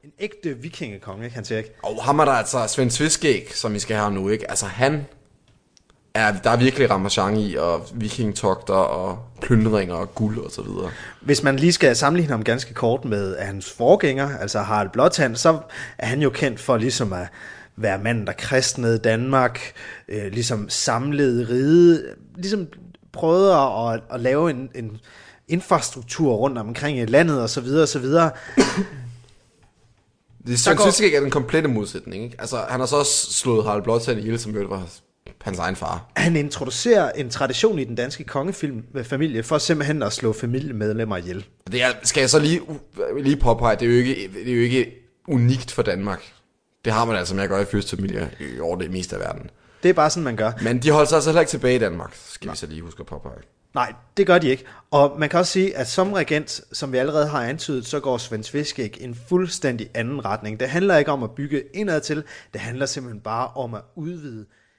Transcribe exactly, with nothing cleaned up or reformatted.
en ægte vikingekonge, ikke, Hans Erik? Og ham er der altså Svend Tveskæg, som vi skal have nu, ikke? Altså han er, der er virkelig ramachan i, og vikingtogter, og plyndringer, og guld, og så videre. Hvis man lige skal sammenligne ham ganske kort med hans forgænger, altså Harald Blåtand, så er han jo kendt for ligesom at være manden, der kristnede Danmark, øh, ligesom samlede riget, ligesom prøvede at, at lave en, en infrastruktur rundt omkring i landet, og så videre, og så videre. Det Svend går... Tveskæg er den komplette modsætning, ikke? Altså han har så også slået Harald Blåtand ihjel, som jo var hans egen far. Han introducerer en tradition i den danske kongefamilie for simpelthen at slå familiemedlemmer ihjel. Det er, skal jeg så lige, lige påpege, det er, jo ikke, det er jo ikke unikt for Danmark. Det har man altså med at gøre i fyrstefamilier over det meste af verden. Det er bare sådan, man gør. Men de holder sig altså heller ikke tilbage i Danmark, skal Nej. vi så lige huske at påpege. Nej, det gør de ikke. Og man kan også sige, at som regent, som vi allerede har antydet, så går Svend Tveskæg en fuldstændig anden retning. Det handler ikke om at bygge indad til, det handler simpelthen bare om at udvide